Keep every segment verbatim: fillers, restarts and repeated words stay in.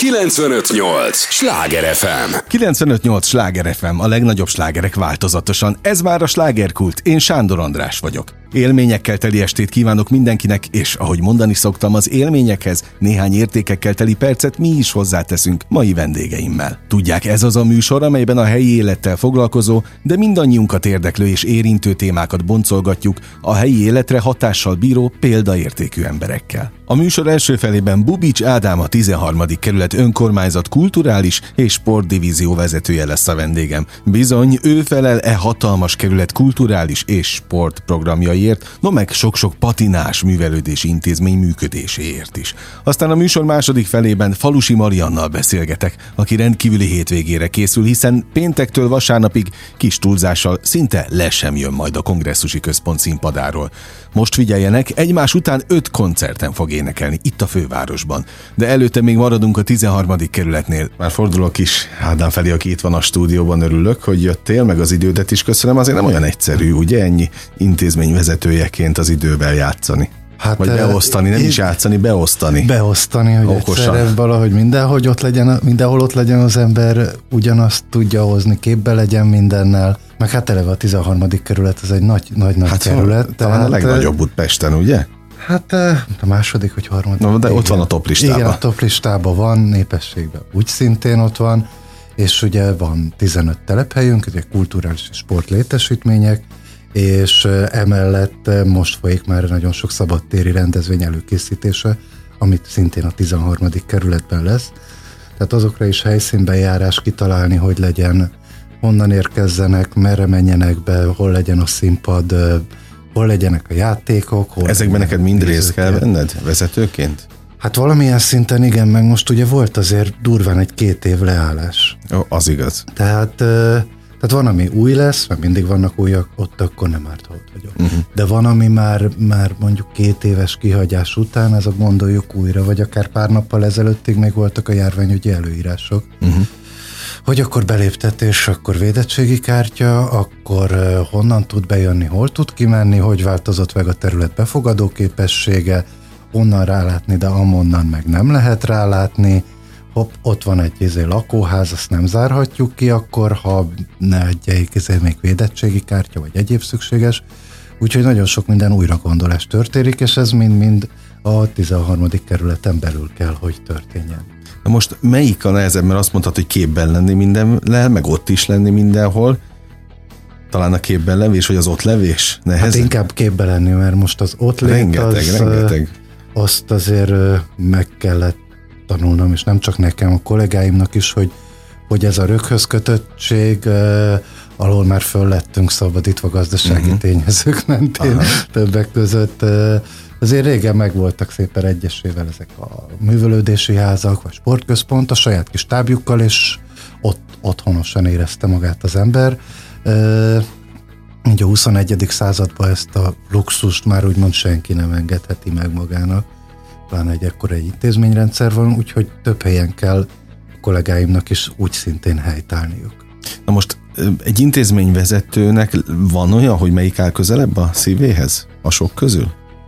kilencvenöt nyolc Sláger ef em. kilencvenöt nyolc Sláger ef em, a legnagyobb slágerek változatosan. Ez már a Slágerkult. Én Sándor András vagyok. Élményekkel teli estét kívánok mindenkinek, és ahogy mondani szoktam, az élményekhez néhány értékekkel teli percet mi is hozzáteszünk mai vendégeimmel. Tudják, ez az a műsor, amelyben a helyi élettel foglalkozó, de mindannyiunkat érdeklő és érintő témákat boncolgatjuk a helyi életre hatással bíró példaértékű emberekkel. A műsor első felében Bubics Ádám, a tizenharmadik kerület önkormányzat kulturális és sportdivízió vezetője lesz a vendégem. Bizony, ő felel e hatalmas kerület kulturális és sportprogramjaiért, no meg sok-sok patinás művelődési intézmény működéséért is. Aztán a műsor második felében Falusi Mariannal beszélgetek, aki rendkívüli hétvégére készül, hiszen péntektől vasárnapig kis túlzással szinte le sem jön majd a Kongresszusi Központ színpadáról. Most figyeljenek, egymás után öt koncerten fog énekelni itt a fővárosban. De előtte még maradunk a tizenharmadik kerületnél. Már fordulok is Ádám felé, aki itt van a stúdióban, örülök, hogy jöttél, meg az idődet is köszönöm. Azért nem olyan egyszerű, ugye, ennyi intézmény vezetőjeként az idővel játszani. Hát, vagy beosztani, nem is játszani, beosztani. Beosztani, hogy okosan. Egyszerre valahogy mindenhogy ott legyen, mindenhol ott legyen az ember, ugyanazt tudja hozni, képbe legyen mindennel. Meg hát eleve a tizenharmadik kerület, ez egy nagy, nagy, nagy hát kerület. Talán tehát, a legnagyobb út Pesten, ugye? Hát a második vagy harmadik. No, de igen. Ott van a top listában. Igen, a top listában van, népességben úgy szintén ott van, és ugye van tizenöt telephelyünk, ugye kulturális és sportlétesítmények, és emellett most folyik már nagyon sok szabadtéri rendezvény előkészítése, amit szintén a tizenharmadik kerületben lesz. Tehát azokra is helyszínbejárás kitalálni, hogy legyen, honnan érkezzenek, merre menjenek be, hol legyen a színpad, hol legyenek a játékok. Hol Ezekben neked mind részt kell venned vezetőként? Hát valamilyen szinten igen, meg most ugye volt azért durván egy két év leállás. Ó, az igaz. Tehát, tehát van, ami új lesz, mert mindig vannak újak, ott akkor nem árt, ha ott vagyok. Uh-huh. De van, ami már, már mondjuk két éves kihagyás után, ez a gondoljuk újra, vagy akár pár nappal ezelőttig még voltak a járványügyi előírások, uh-huh. hogy akkor beléptetés, akkor védettségi kártya, akkor honnan tud bejönni, hol tud kimenni, hogy változott meg a terület befogadó képessége, onnan rálátni, de amonnan meg nem lehet rálátni, hopp, ott van egy izé, lakóház, azt nem zárhatjuk ki akkor, ha ne egy izé, még védettségi kártya, vagy egyéb szükséges. Úgyhogy nagyon sok minden újragondolás történik, és ez mind-mind a tizenharmadik kerületen belül kell, hogy történjen. Na most melyik a nehezebb, mert azt mondtad, hogy képben lenni mindenhol, meg ott is lenni mindenhol. Talán a képben levés, vagy az ott levés nehezebb? Hát inkább képben lenni, mert most az ott lét, rengeteg, az, rengeteg. azt azért meg kellett tanulnom, és nem csak nekem, a kollégáimnak is, hogy, hogy ez a röghöz kötöttség, uh, alól már föl lettünk szabadítva gazdasági uh-huh. tényezők mentén. Aha. Többek között uh, azért régen megvoltak szépen egyesével ezek a művelődési házak, vagy sportközpont a saját kis tábjukkal, és ott otthonosan érezte magát az ember. Uh, Ugye a huszonegyedik században ezt a luxust már úgymond senki nem engedheti meg magának, pláne egy ekkora egy intézményrendszer van, úgyhogy több helyen kell a kollégáimnak is úgy szintén helytállniuk. Na most egy intézményvezetőnek van olyan, hogy melyik áll közelebb a szívéhez a sok közül?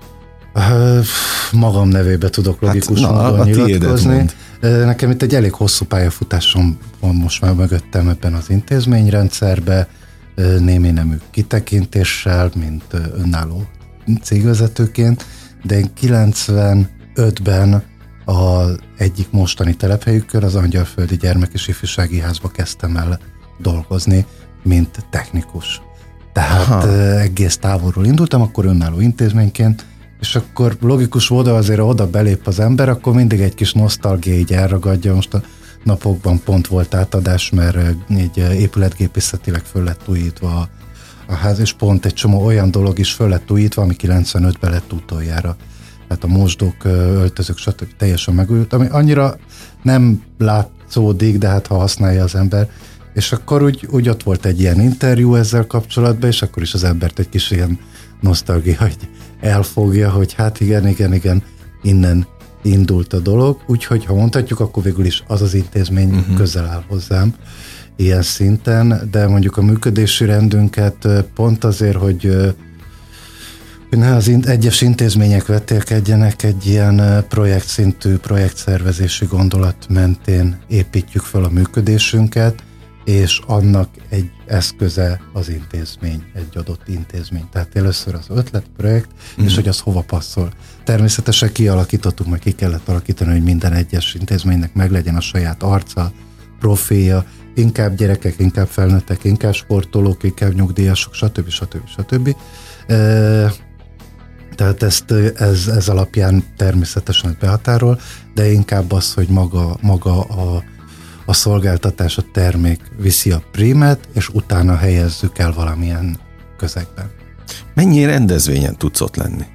Magam nevébe tudok logikus hát, módon na, nyilatkozni. Nekem itt egy elég hosszú pályafutásom van most már mögöttem ebben az intézményrendszerben, némi nemű kitekintéssel, mint önálló cégvezetőként, de én kilencvenötben az egyik mostani telephelyükön, az Angyalföldi Gyermek- és Ifjúsági Házba kezdtem el dolgozni, mint technikus. Tehát Aha. egész távolról indultam, akkor önálló intézményként, és akkor logikus volt, azért oda belép az ember, akkor mindig egy kis nosztalgia így elragadja. Most a napokban pont volt átadás, mert így épületgépészetileg föl lett újítva a, a ház, és pont egy csomó olyan dolog is föl lett újítva, ami kilencvenötben lett utoljára. Tehát a mosdók, öltözők, stb. Teljesen megújult, ami annyira nem látszódik, de hát ha használja az ember. És akkor úgy, úgy ott volt egy ilyen interjú ezzel kapcsolatban, és akkor is az embert egy kis ilyen nosztalgia, hogy elfogja, hogy hát igen, igen, igen, innen indult a dolog, úgyhogy ha mondhatjuk, akkor végül is az az intézmény uh-huh. közel áll hozzám ilyen szinten, de mondjuk a működési rendünket pont azért, hogy ne az in- egyes intézmények vetélkedjenek, egy ilyen projektszintű, projektszervezési gondolat mentén építjük fel a működésünket, és annak egy eszköze az intézmény, egy adott intézmény. Tehát először az ötlet, projekt, mm. és hogy az hova passzol. Természetesen kialakítottuk, meg ki kellett alakítani, hogy minden egyes intézménynek meglegyen a saját arca, profilja, inkább gyerekek, inkább felnőttek, inkább sportolók, inkább nyugdíjasok, stb. stb. stb. E, tehát ezt, ez, ez alapján természetesen behatárol, de inkább az, hogy maga, maga a, a szolgáltatás, a termék viszi a prímet, és utána helyezzük el valamilyen közegben. Mennyi rendezvényen tudsz ott lenni?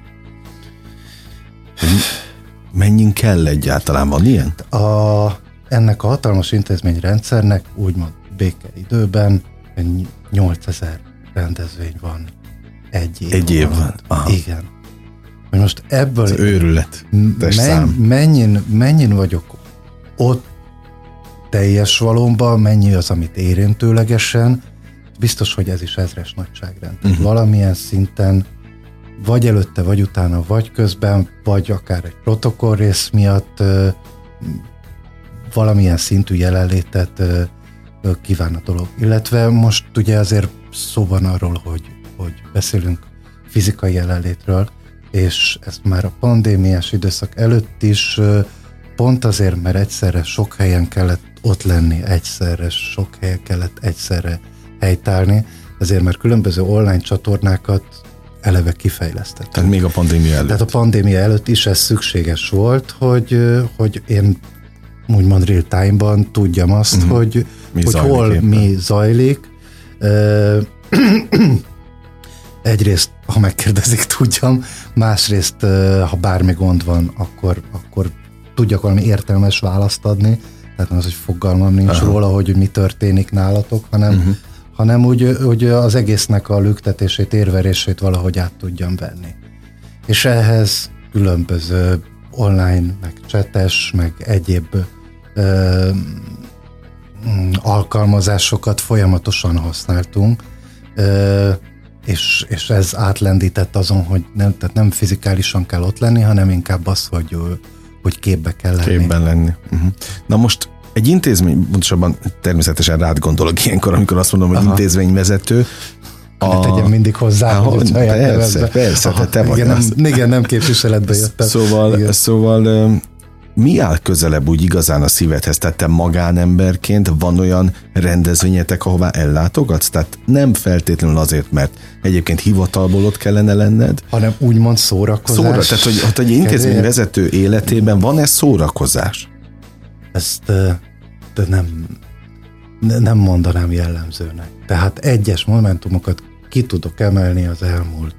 Mennyin kell egyáltalán, van ilyen? A, ennek a hatalmas intézményrendszernek úgymond békeidőben nyolcezer rendezvény van egy év. Egy év van. Aha. Igen. Most ebből... Az őrület. Men, mennyin, mennyin vagyok ott teljes valóban, mennyi az, amit érintőlegesen, biztos, hogy ez is ezres nagyságrend. Uh-huh. Valamilyen szinten, vagy előtte, vagy utána, vagy közben, vagy akár egy protokoll rész miatt valamilyen szintű jelenlétet kíván a dolog. Illetve most ugye azért szó van arról, hogy, hogy beszélünk fizikai jelenlétről, és ezt már a pandémiás időszak előtt is pont azért, mert egyszerre sok helyen kellett ott lenni, egyszerre sok helyen kellett egyszerre helytállni, ezért mert különböző online csatornákat eleve kifejlesztettünk. Tehát még a pandémia előtt. Tehát a pandémia előtt is ez szükséges volt, hogy, hogy én úgymond real time-ban tudjam azt, uh-huh. hogy, hogy hol éppen. Mi zajlik. Egyrészt, ha megkérdezik, tudjam, másrészt, ha bármi gond van, akkor, akkor tudjak valami értelmes választ adni, tehát az, hogy fogalmam nincs Aha. róla, hogy mi történik nálatok, hanem, uh-huh. hanem úgy, hogy az egésznek a lüktetését, érverését valahogy át tudjam venni. És ehhez különböző online, meg csetes, meg egyéb ö, alkalmazásokat folyamatosan használtunk, ö, és, és ez átlendített azon, hogy nem, tehát nem fizikálisan kell ott lenni, hanem inkább az, hogy, hogy képbe kell lenni. Képben lenni. Uh-huh. Na most egy intézmény, pontosabban természetesen rád gondolok ilyenkor, amikor azt mondom, hogy Aha. intézményvezető. A... Ne tegyem mindig hozzá, ah, hogy persze, persze, persze, te, te vagy. Igen, nem, igen, nem képviseletbe jöttem. Szóval, igen. szóval mi áll közelebb úgy igazán a szívedhez? Tehát te magánemberként van olyan rendezvényetek, ahová ellátogatsz? Tehát nem feltétlenül azért, mert egyébként hivatalból ott kellene lenned, hanem úgymond szórakozás. Szóra, tehát, hogy, hogy egy intézményvezető életében van-e szórakozás? Ezt de nem, nem mondanám jellemzőnek. Tehát egyes momentumokat ki tudok emelni az elmúlt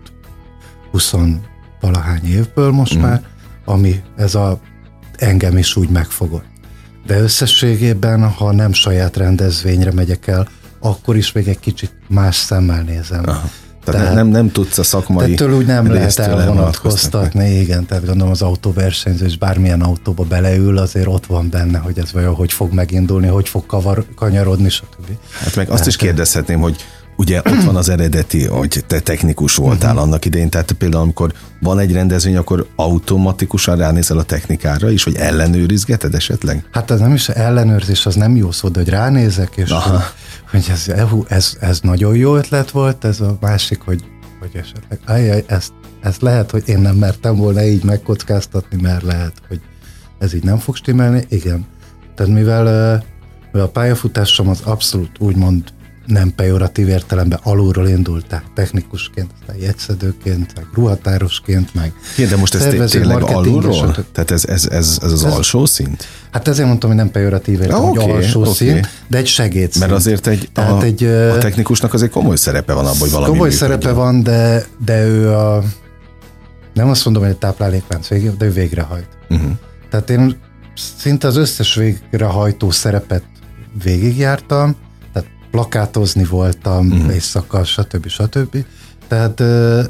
huszonvalahány évből most mm. már, ami ez a engem is úgy megfogott. De összességében, ha nem saját rendezvényre megyek el, akkor is még egy kicsit más szemmel nézem. Aha. Tehát, tehát nem, nem tudsz a szakmai Tettől úgy nem lehet elvonatkoztatni, igen, tehát gondolom az autóversenyző, és bármilyen autóba beleül, azért ott van benne, hogy ez vajon hogy fog megindulni, hogy fog kavar, kanyarodni, stb. Hát meg azt hát, is kérdezhetném, hogy ugye ott van az eredeti, hogy te technikus voltál uh-huh. annak idején, tehát például amikor van egy rendezvény, akkor automatikusan ránézel a technikára is, hogy ellenőrizgeted esetleg? Hát ez nem is ellenőrzés, az nem jó szó, de hogy ránézek, és hogy, hogy ez, ez, ez nagyon jó ötlet volt, ez a másik, hogy, hogy esetleg ajjaj, ezt, ezt lehet, hogy én nem mertem volna így megkockáztatni, mert lehet, hogy ez így nem fog stimmelni. Igen. Tehát mivel, mivel a pályafutásom az abszolút úgymond nem pejoratív értelemben alulról indult, tehát technikusként, aztán jegyszedőként, meg ruhatárosként, meg igen, de most ez tényleg alulról? Tehát ez, ez, ez, ez az ez, alsó szint? Hát ezért mondtam, hogy nem pejoratív értelemben, ah, okay, hogy alsó okay. szint, de egy segédszint. Mert azért egy, a, egy, a technikusnak azért komoly szerepe van abban, hogy valami komoly működjön. szerepe van, de, de ő a, nem azt mondom, hogy egy tápláléklánc végig, de ő végrehajt. Uh-huh. Tehát én szinte az összes végrehajtó szerepet végigjártam, plakátozni voltam, uh-huh. éjszaka, stb. stb. Tehát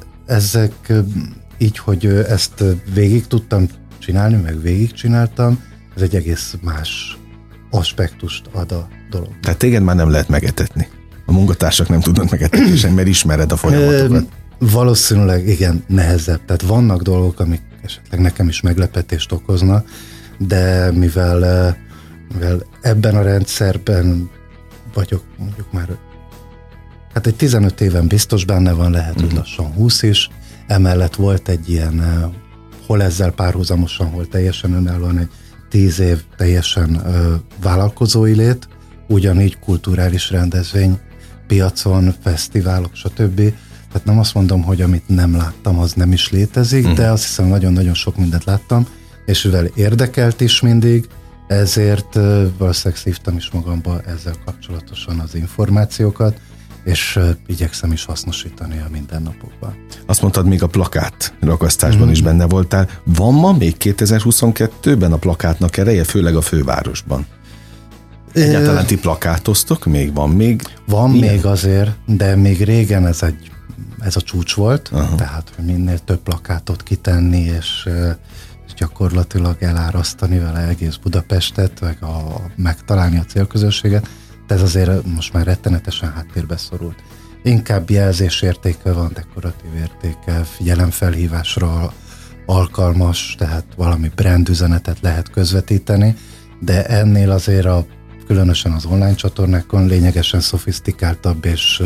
ezek így, hogy ezt végig tudtam csinálni, meg végig csináltam, ez egy egész más aspektust ad a dolog. Tehát téged már nem lehet megetetni. A munkatársak nem tudnak megetetni, sem, mert ismered a folyamatokat. Valószínűleg igen, nehezebb. Tehát vannak dolgok, amik esetleg nekem is meglepetést okoznak, de mivel, mivel ebben a rendszerben vagyok mondjuk már, hát egy tizenöt éven biztos benne van, lehet, hogy uh-huh. lassan húsz is, emellett volt egy ilyen, hol ezzel párhuzamosan, hol teljesen önállóan egy tíz év teljesen ö, vállalkozói lét, ugyanígy kulturális rendezvény, piacon, fesztiválok, stb. Tehát nem azt mondom, hogy amit nem láttam, az nem is létezik, uh-huh. de azt hiszem, nagyon-nagyon sok mindent láttam, és mivel érdekelt is mindig, ezért ö, valószínűleg szívtam is magamba ezzel kapcsolatosan az információkat, és uh, igyekszem is hasznosítani a mindennapokban. Azt mondtad, még a plakát ragasztásban mm. is benne voltál. Van ma még kétezer-huszonkettőben a plakátnak ereje, főleg a fővárosban? Egyáltalán ti plakátoztok? Még van még? Van ilyen? Még azért, de még régen ez, egy, ez a csúcs volt, uh-huh. tehát hogy minél több plakátot kitenni, és, és gyakorlatilag elárasztani vele egész Budapestet, meg a, megtalálni a célközönséget. Ez azért most már rettenetesen háttérbe szorult. Inkább jelzésértéke van, dekoratív értéke, figyelemfelhívásra alkalmas, tehát valami brand üzenetet lehet közvetíteni, de ennél azért a, különösen az online csatornákon lényegesen szofisztikáltabb és,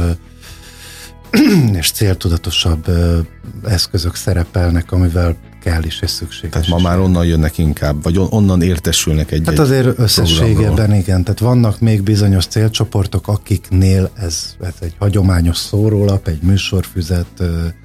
és céltudatosabb eszközök szerepelnek, amivel kell is és szükséges. Tehát ma már onnan jönnek inkább, vagy onnan értesülnek egy Hát azért összességében igen, tehát vannak még bizonyos célcsoportok, akiknél ez, ez egy hagyományos szórólap, egy műsorfüzet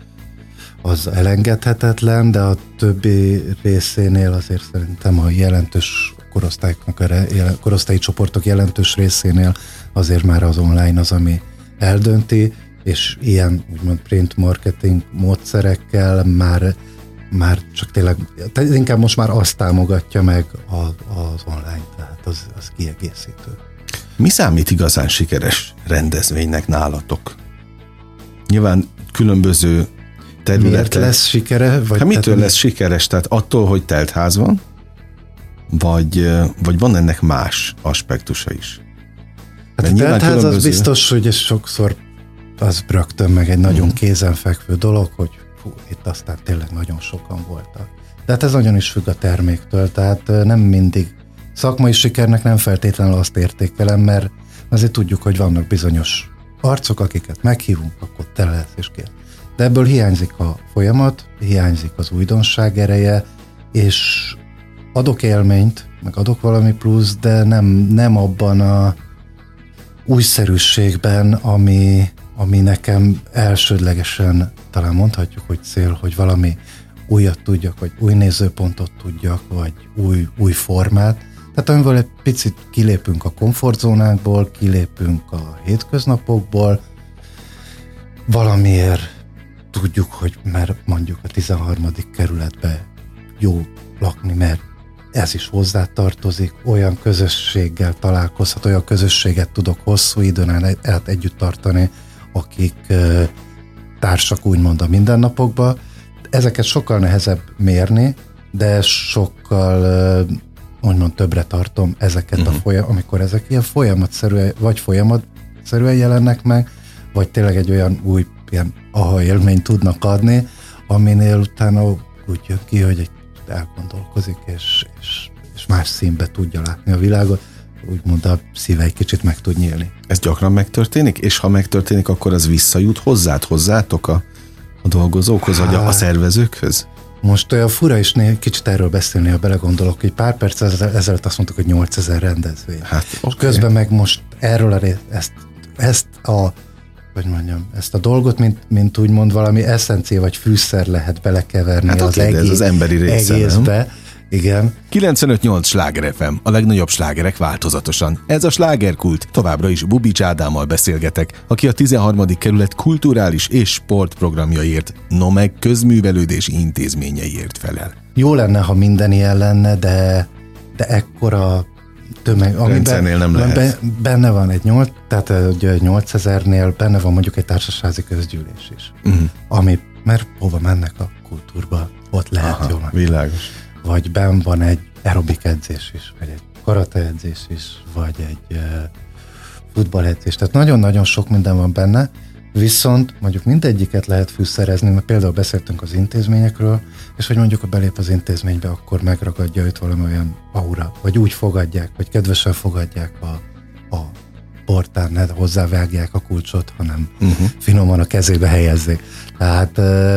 az elengedhetetlen, de a többi részénél azért szerintem a jelentős korosztályoknak, a korosztályi csoportok jelentős részénél azért már az online az, ami eldönti, és ilyen úgymond print marketing módszerekkel már már csak tényleg, inkább most már azt támogatja meg az online, tehát az, az kiegészítő. Mi számít igazán sikeres rendezvénynek nálatok? Nyilván különböző területek. Miért lesz sikere? Vagy hát mitől lesz sikeres? Tehát attól, hogy telt ház van? Vagy, vagy van ennek más aspektusa is? Hát a telt ház különböző... az biztos, hogy ez sokszor az rögtön meg egy nagyon hmm. kézenfekvő dolog, hogy fú, itt aztán tényleg nagyon sokan voltak. De hát ez nagyon is függ a terméktől, tehát nem mindig szakmai sikernek nem feltétlenül azt értékelem, mert azért tudjuk, hogy vannak bizonyos arcok, akiket meghívunk, akkor tele lesz és kér. De ebből hiányzik a folyamat, hiányzik az újdonság ereje, és adok élményt, meg adok valami plusz, de nem, nem abban a újszerűségben, ami, ami nekem elsődlegesen talán mondhatjuk, hogy cél, hogy valami újat tudjak, vagy új nézőpontot tudjak, vagy új, új formát. Tehát amivel egy picit kilépünk a komfortzónánkból, kilépünk a hétköznapokból, valamiért tudjuk, hogy mert mondjuk a tizenharmadik kerületbe jó lakni, mert ez is hozzátartozik, olyan közösséggel találkozhat, olyan közösséget tudok hosszú időn át együtt tartani, akik uh, társak úgymond a mindennapokban. Ezeket sokkal nehezebb mérni, de sokkal uh, úgymond többre tartom ezeket uh-huh. a folyam, amikor ezek ilyen folyamatszerűen, vagy folyamatszerűen jelennek meg, vagy tényleg egy olyan új ilyen aha élményt tudnak adni, aminél utána úgy jön ki, hogy egy elgondolkozik, és, és, és más színbe tudja látni a világot, úgymond a szíve egy kicsit meg tud nyílni. Ez gyakran megtörténik, és ha megtörténik, akkor az visszajut hozzád, hozzátok a, a dolgozókhoz, hát, vagy a, a szervezőkhöz? Most olyan fura is né, kicsit erről beszélni, ha belegondolok, hogy pár perc ezelőtt azt mondtuk, hogy nyolcezer rendezvény. Hát, okay. Közben meg most erről a rész, ezt, ezt a hogy mondjam, ezt a dolgot, mint, mint úgymond valami eszencia vagy fűszer lehet belekeverni hát az, egész, ez az emberi része, egészbe. Nem? Igen. kilencvenöt nyolc Sláger ef em, a legnagyobb slágerek változatosan. Ez a slágerkult. Továbbra is Bubics Ádámmal beszélgetek, aki a tizenharmadik kerület kulturális és sportprogramjaiért, no meg közművelődési intézményeiért felel. Jó lenne, ha minden ilyen lenne, de, de ekkora tömeg, amiben nem lehet. Be, benne van egy nyolc, tehát nyolcezernél benne van mondjuk egy társasházi közgyűlés is, uh-huh. ami, mert hova mennek a kultúrba, ott lehet Aha, jól. Világos. Vagy benn van egy aerobik edzés is, vagy egy karate edzés is, vagy egy uh, futballedzés, tehát nagyon-nagyon sok minden van benne, Viszont mondjuk mindegyiket lehet fűszerezni, mert például beszéltünk az intézményekről, és hogy mondjuk, ha belép az intézménybe, akkor megragadja őt valami olyan aura, vagy úgy fogadják, vagy kedvesen fogadják a, a portán, ne hozzávágják a kulcsot, hanem uh-huh. finoman a kezébe helyezzék. Tehát,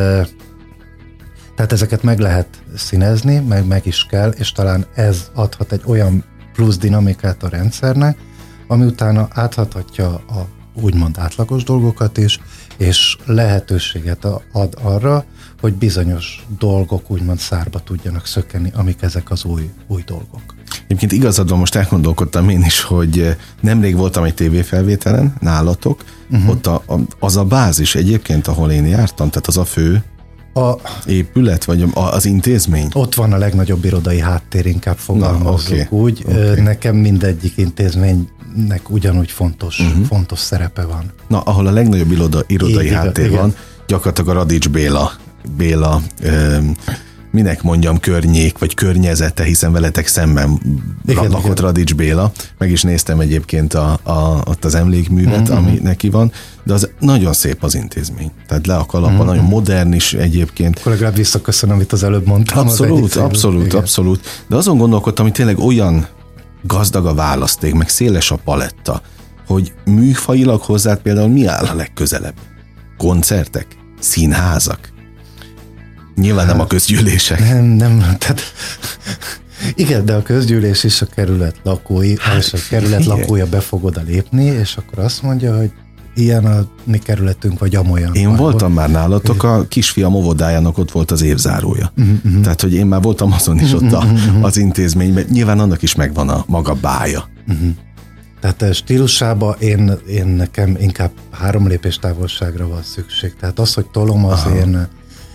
tehát ezeket meg lehet színezni, meg, meg is kell, és talán ez adhat egy olyan plusz dinamikát a rendszernek, ami utána áthathatja a úgymond átlagos dolgokat is, és lehetőséget ad arra, hogy bizonyos dolgok úgymond szárba tudjanak szökkenni, amik ezek az új, új dolgok. Egyébként igazadban most elgondolkodtam én is, hogy nemrég voltam egy tévéfelvételen nálatok, uh-huh. ott a, a, az a bázis egyébként, ahol én jártam, tehát az a fő a, épület, vagy az intézmény? Ott van a legnagyobb irodai háttér, inkább fogalmazzuk Na, okay. úgy. Okay. Nekem mindegyik intézménynek ugyanúgy fontos, uh-huh. fontos szerepe van. Na, ahol a legnagyobb iroda, irodai igen, háttér igen. van, gyakorlatilag a Radics Béla, Béla öm, minek mondjam, környék, vagy környezete, hiszen veletek szemben igen, lakott igen. Radics Béla. Meg is néztem egyébként a, a, ott az emlékművet, mm-hmm. ami neki van, de az nagyon szép az intézmény. Tehát le a kalappa, mm-hmm. nagyon modern is egyébként. Akkor legalább visszaköszönöm, amit az előbb mondtam. Abszolút, abszolút, igen. abszolút. De azon gondolkodtam, hogy tényleg olyan gazdag a választék, meg széles a paletta, hogy műfajilag hozzád például mi áll a legközelebb? Koncertek? Színházak? Nyilván nem a közgyűlések. Nem, nem, tehát igen, de a közgyűlés is a kerület lakói, hát, és a kerület igen. lakója be fog oda lépni, és akkor azt mondja, hogy ilyen a mi kerületünk, vagy amolyan. Én voltam már nálatok, a kisfiam óvodájának ott volt az évzárója. Uh-huh. Tehát, hogy én már voltam azon is ott a, az intézményben. Nyilván annak is megvan a maga bája. Uh-huh. Tehát stílusában én, én nekem inkább három lépés távolságra van szükség. Tehát az, hogy tolom az Aha. én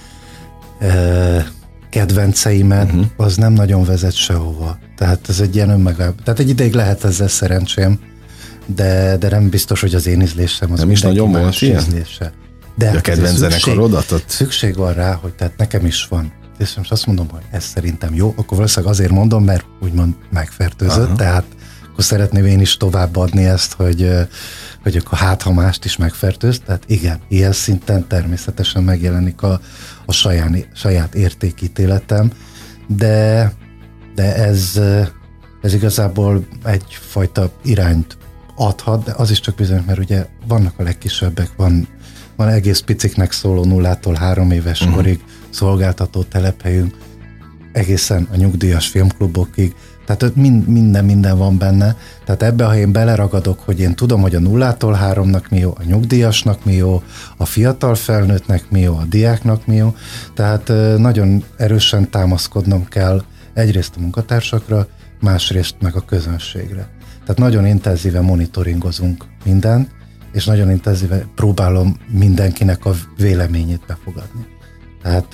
kedvenceimet, uh-huh. az nem nagyon vezet sehova. Tehát ez egy ilyen önmegáll... Tehát egy ideig lehet ezzel szerencsém, de, de nem biztos, hogy az én ízlésem az nem is nagyon más ízlése. De a kedvenc zenekarodat? Szükség van rá, hogy tehát nekem is van. És most azt mondom, hogy ez szerintem jó, akkor valószínűleg azért mondom, mert úgymond megfertőzött, uh-huh. tehát akkor szeretném én is továbbadni ezt, hogy, hogy akkor hát, ha mást is megfertőz. Tehát igen, ilyen szinten természetesen megjelenik a, a saját, saját értékítéletem, de, de ez, ez igazából egyfajta irányt adhat, de az is csak bizony, mert ugye vannak a legkisebbek, van, van egész piciknek szóló nullától három éves uh-huh. korig szolgáltató telephelyünk, egészen a nyugdíjas filmklubokig, tehát mind, minden, minden van benne. Tehát ebbe, ha én beleragadok, hogy én tudom, hogy a nullától háromnak mi jó, a nyugdíjasnak mi jó, a fiatal felnőttnek mi jó, a diáknak mi jó. Tehát nagyon erősen támaszkodnom kell egyrészt a munkatársakra, másrészt meg a közönségre. Tehát nagyon intenzíven monitoringozunk mindent, és nagyon intenzíven próbálom mindenkinek a véleményét befogadni. Tehát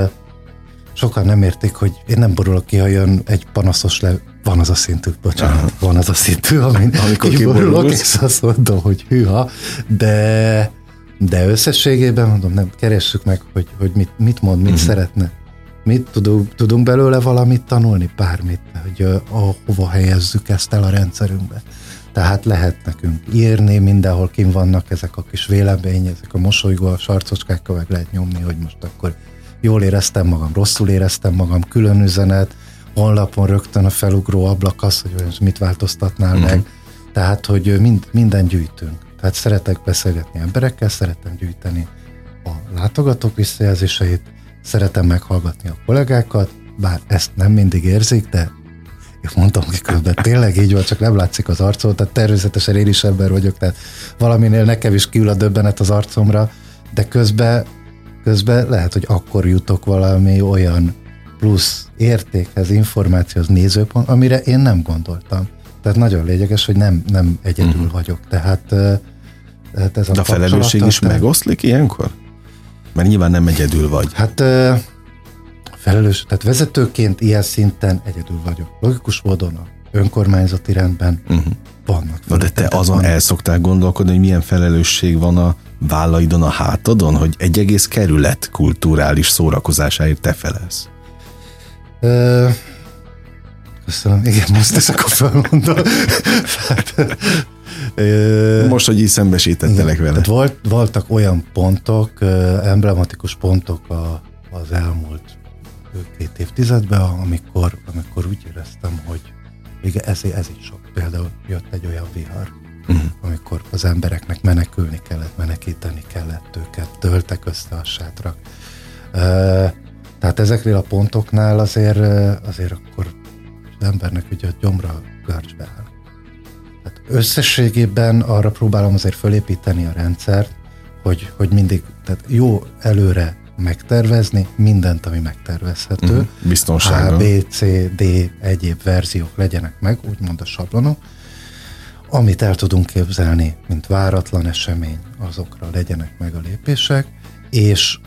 sokan nem értik, hogy én nem borulok ki, ha jön egy panaszos le, van az a szintű, bocsánat, Aha. van az a szintű, amin amikor kiborulok, és azt mondom, hogy hűha, de, de összességében mondom, nem, keressük meg, hogy, hogy mit, mit mond, mit uh-huh. szeretne. Mit tudunk, tudunk belőle valamit tanulni? Bármit, hogy uh, hova helyezzük ezt el a rendszerünkbe. Tehát lehet nekünk írni, mindenhol kim vannak ezek a kis vélemény, ezek a mosolygó, a sarcoskákkal meg lehet nyomni, hogy most akkor jól éreztem magam, rosszul éreztem magam, külön üzenet, honlapon rögtön a felugró ablak az, hogy mit változtatnál uh-huh. meg. Tehát, hogy mind, minden gyűjtünk. Tehát szeretek beszélgetni emberekkel, szeretem gyűjteni a látogatók visszajelzéseit, szeretem meghallgatni a kollégákat, bár ezt nem mindig érzik, de én mondtam ki közben, tényleg így van, csak nem látszik az arcom, tehát természetesen én is ember vagyok, tehát valaminél nekem is kiül a döbbenet az arcomra, de közben, közben lehet, hogy akkor jutok valami olyan plusz értékhez, információhoz, nézőpont, amire én nem gondoltam. Tehát nagyon lényeges, hogy nem, nem egyedül uh-huh. vagyok. Tehát, tehát ez a de a felelősség is tehát... megoszlik ilyenkor? Mert nyilván nem egyedül vagy. Hát felelős, tehát vezetőként ilyen szinten egyedül vagyok. Logikus módon a önkormányzati rendben uh-huh. vannak. Na de te azon vannak. El szoktál gondolkodni, hogy milyen felelősség van a vállaidon, a hátadon, hogy egy egész kerület kulturális szórakozásáért te felelsz? Ö, köszönöm. Igen, most ezt akkor felmondom. hát, Most, hogy így szembesítettelek vele. Tehát volt, voltak olyan pontok, emblematikus pontok a, az elmúlt két évtizedben, amikor, amikor úgy éreztem, hogy igen, ez, ez is sok. Például jött egy olyan vihar, uh-huh. amikor az embereknek menekülni kellett, menekíteni kellett őket, töltek össze a sátrak. Tehát ezeknél a pontoknál azért, azért akkor az embernek ugye a gyomra görcsbe áll. Tehát összességében arra próbálom azért fölépíteni a rendszert, hogy, hogy mindig tehát jó előre megtervezni mindent, ami megtervezhető. Uh-huh. Biztonsága. A, B, C, D egyéb verziók legyenek meg, úgymond a sablonok. Amit el tudunk képzelni, mint váratlan esemény, azokra legyenek meg a lépések, és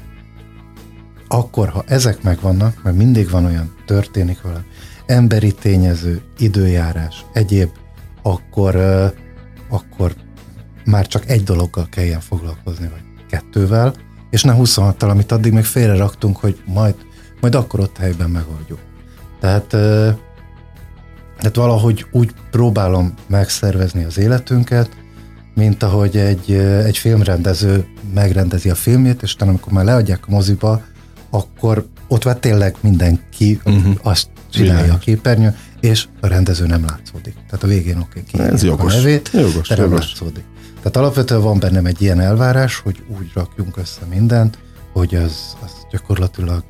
akkor, ha ezek megvannak, mert mindig van olyan, történik valami, emberi tényező, időjárás, egyéb, akkor, uh, akkor már csak egy dologgal kelljen foglalkozni, vagy kettővel, és ne huszonhattal, amit addig még félre raktunk, hogy majd, majd akkor ott helyben megoldjuk. Tehát, uh, tehát valahogy úgy próbálom megszervezni az életünket, mint ahogy egy, egy filmrendező megrendezi a filmjét, és utána, amikor már leadják a moziba, akkor ott már tényleg mindenki uh-huh. azt csinálja a képernyőn, és a rendező nem látszódik. Tehát a végén oké, okay, ez jogos. A nevét, jogos, de nem jogos. látszódik. Tehát alapvetően van bennem egy ilyen elvárás, hogy úgy rakjunk össze mindent, hogy az, az gyakorlatilag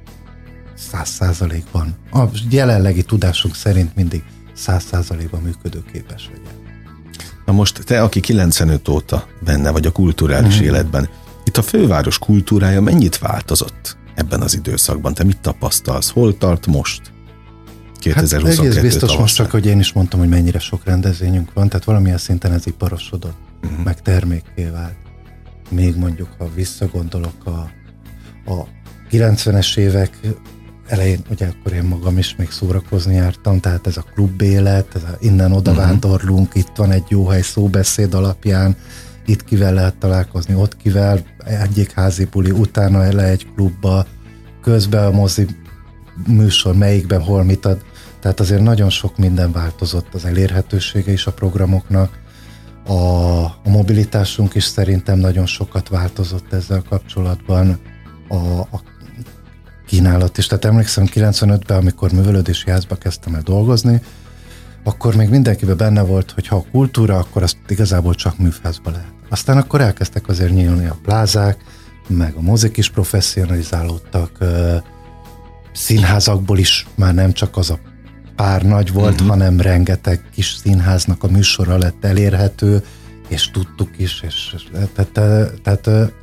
száz százalékban, a jelenlegi tudásunk szerint mindig száz százalékban működőképes legyen. Na most te, aki kilencvenöt óta benne vagy a kulturális uh-huh. életben, itt a főváros kultúrája mennyit változott ebben az időszakban? Te mit tapasztalsz? Hol tart most? kétezer-huszonkettő Hát egész biztos tavaszán. most csak, hogy én is mondtam, hogy mennyire sok rendezvényünk van, tehát valamilyen szinten ez iparosodott, uh-huh. meg termékké vált. Még mondjuk, ha visszagondolok a, a kilencvenes évek elején, ugye akkor én magam is még szórakozni jártam, tehát ez a klubélet, ez a innen-oda uh-huh. vándorlunk, itt van egy jó hely szóbeszéd alapján, itt kivel lehet találkozni, ott kivel, egyik házi buli, utána ele egy klubba, közben a mozi műsor, melyikben, hol mit ad. Tehát azért nagyon sok minden változott, az elérhetősége is a programoknak. A, a mobilitásunk is szerintem nagyon sokat változott ezzel kapcsolatban. A, a kínálat is. Tehát emlékszem kilencvenötben, amikor művelődési házba kezdtem el dolgozni, akkor még mindenkiben benne volt, hogy ha a kultúra, akkor azt igazából csak műfázba lehet. Aztán akkor elkezdtek azért nyílni a plázák, meg a mozik is professzionalizálódtak, színházakból is már nem csak az a pár nagy volt, uh-huh. hanem rengeteg kis színháznak a műsora lett elérhető, és tudtuk is, és, és tehát, tehát,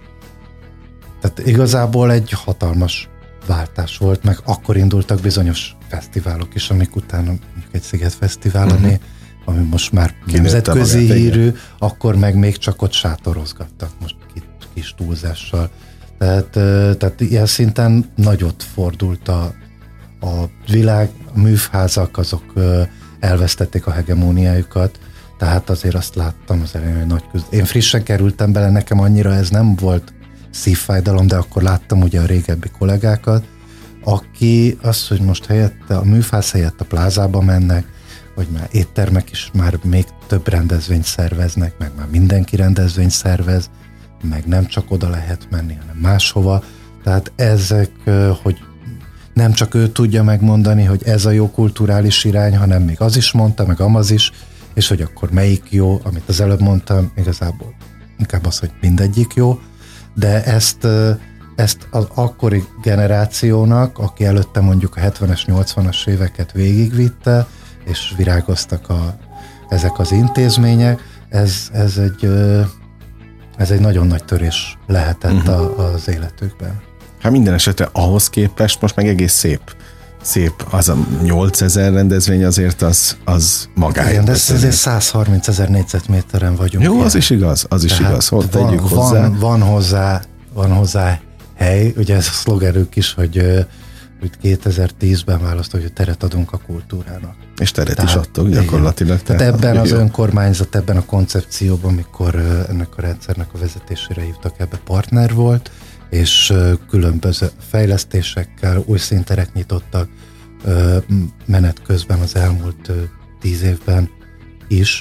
tehát igazából egy hatalmas váltás volt, meg akkor indultak bizonyos fesztiválok is, amik utána mondjuk egy Szigetfesztivál, uh-huh. ami, ami most már nemzetközi hírű, akkor meg még csak ott sátorozgattak most kis túlzással. Tehát, tehát ilyen szinten nagyot fordult a, a világ, a műfházak, azok elvesztették a hegemóniájukat, tehát azért azt láttam az elején, hogy nagy küzd. Én frissen kerültem bele, nekem annyira ez nem volt szívfájdalom, de akkor láttam ugye a régebbi kollégákat, aki az, hogy most helyette, a műfáz helyett a plázába mennek, vagy már éttermek is már még több rendezvényt szerveznek, meg már mindenki rendezvényt szervez, meg nem csak oda lehet menni, hanem máshova. Tehát ezek, hogy nem csak ő tudja megmondani, hogy ez a jó kulturális irány, hanem még az is mondta, meg amaz is, és hogy akkor melyik jó, amit az előbb mondtam, igazából inkább az, hogy mindegyik jó, de ezt, ezt az akkori generációnak, aki előtte mondjuk a hetvenes, nyolcvanas éveket végigvitte, és virágoztak a, ezek az intézmények, ez, ez egy ez egy nagyon nagy törés lehetett uh-huh. a, az életükben. Hát minden esetre ahhoz képest most meg egész szép. Szép, az a nyolcezer rendezvény azért az, az magáért. Igen, de ez azért száz harminc ezer négyzetméteren vagyunk. Jó, ilyen. Az is igaz, az is Tehát igaz. Hol van, tegyük hozzá. Van, van hozzá. Van hozzá hely, ugye ez a szlogerük is, hogy, hogy kétezer-tízben választott, hogy teret adunk a kultúrának. És teret Tehát, is adtok gyakorlatilag. Tehát ebben az önkormányzat, ebben a koncepcióban, amikor ennek a rendszernek a vezetésére hívtak, ebbe partner volt, és különböző fejlesztésekkel új színterek nyitottak menet közben az elmúlt tíz évben is,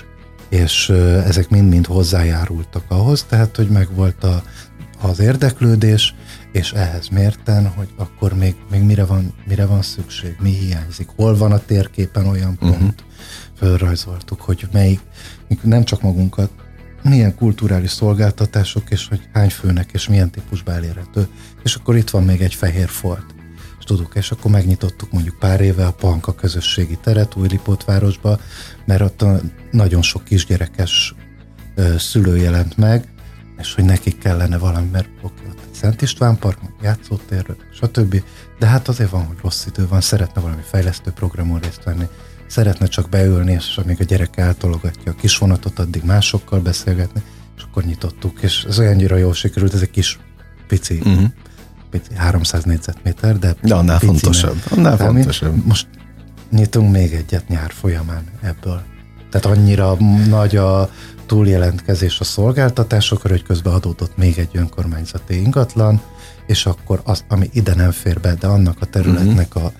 és ezek mind-mind hozzájárultak ahhoz, tehát, hogy megvolt a, az érdeklődés, és ehhez mérten, hogy akkor még, még mire, van, mire van szükség, mi hiányzik, hol van a térképen olyan pont, uh-huh. fölrajzoltuk, hogy melyik, nem csak magunkat, milyen kulturális szolgáltatások, és hogy hány főnek, és milyen típusba elérhető. És akkor itt van még egy fehér folt. És tudjuk, és akkor megnyitottuk mondjuk pár éve a Panka közösségi teret Újlipótvárosba, mert ott nagyon sok kisgyerekes ö, szülő jelent meg, és hogy nekik kellene valami, mert oké, ott egy Szent István park, játszótér, stb. De hát azért van, hogy rossz idő van, szeretne valami fejlesztő programon részt venni, szeretne csak beülni, és amíg a gyerek eltologatja a kis vonatot, addig másokkal beszélgetni, és akkor nyitottuk, és ez olyannyira jól sikerült, ez egy kis pici, uh-huh. pici háromszáz négyzetméter, de, de annál pici, fontosabb. Annál fontosabb. Most nyitunk még egyet nyár folyamán ebből. Tehát annyira nagy a túljelentkezés a szolgáltatásokra, hogy közben adódott még egy önkormányzati ingatlan, és akkor az, ami ide nem fér be, de annak a területnek a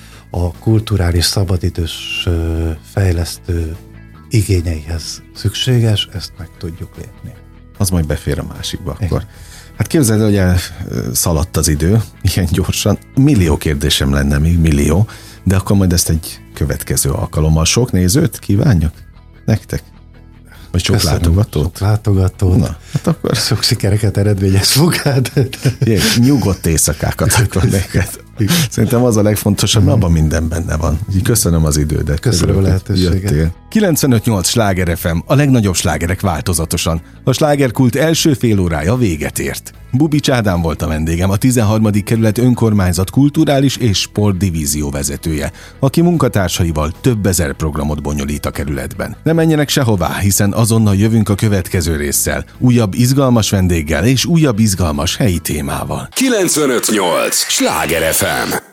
a kulturális szabadidős fejlesztő igényeihez szükséges, ezt meg tudjuk lépni. Az majd befér a másikba akkor. Igen. Hát képzeld, hogy elszaladt az idő, ilyen gyorsan. Millió kérdésem lenne, még millió, de akkor majd ezt egy következő alkalommal. Sok nézőt kívánjak nektek? Vagy sok Köszönöm, látogatót? Sok látogatót. Na, hát akkor... Sok sikereket, eredményes munkát. Jé, nyugodt éjszakákat akkor neked. Szerintem az a legfontosabb, mert abban minden benne van. Köszönöm az idődet. Köszönöm a lehetőséget. kilencvenöt nyolc Sláger ef em, a legnagyobb slágerek változatosan. A slágerkult első fél órája véget ért. Bubics Ádám volt a vendégem, a tizenharmadik kerület önkormányzat kulturális és sportdivízió vezetője, aki munkatársaival több ezer programot bonyolít a kerületben. Ne menjenek sehová, hiszen azonnal jövünk a következő résszel, újabb izgalmas vendéggel és újabb izgalmas helyi témával. kilencvenöt nyolc Sláger ef em